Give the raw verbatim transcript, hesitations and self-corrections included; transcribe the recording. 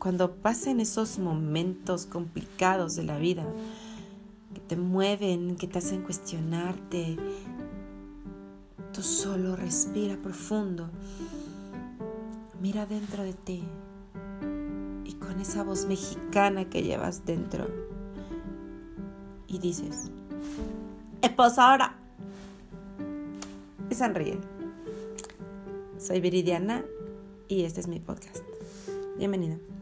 cuando pasen esos momentos complicados de la vida, que te mueven, que te hacen cuestionarte, tú solo respira profundo, mira dentro de ti y con esa voz mexicana que llevas dentro y dices, ¡eh, pues ahora! Y sonríe. Soy Viridiana y este es mi podcast. Bienvenido.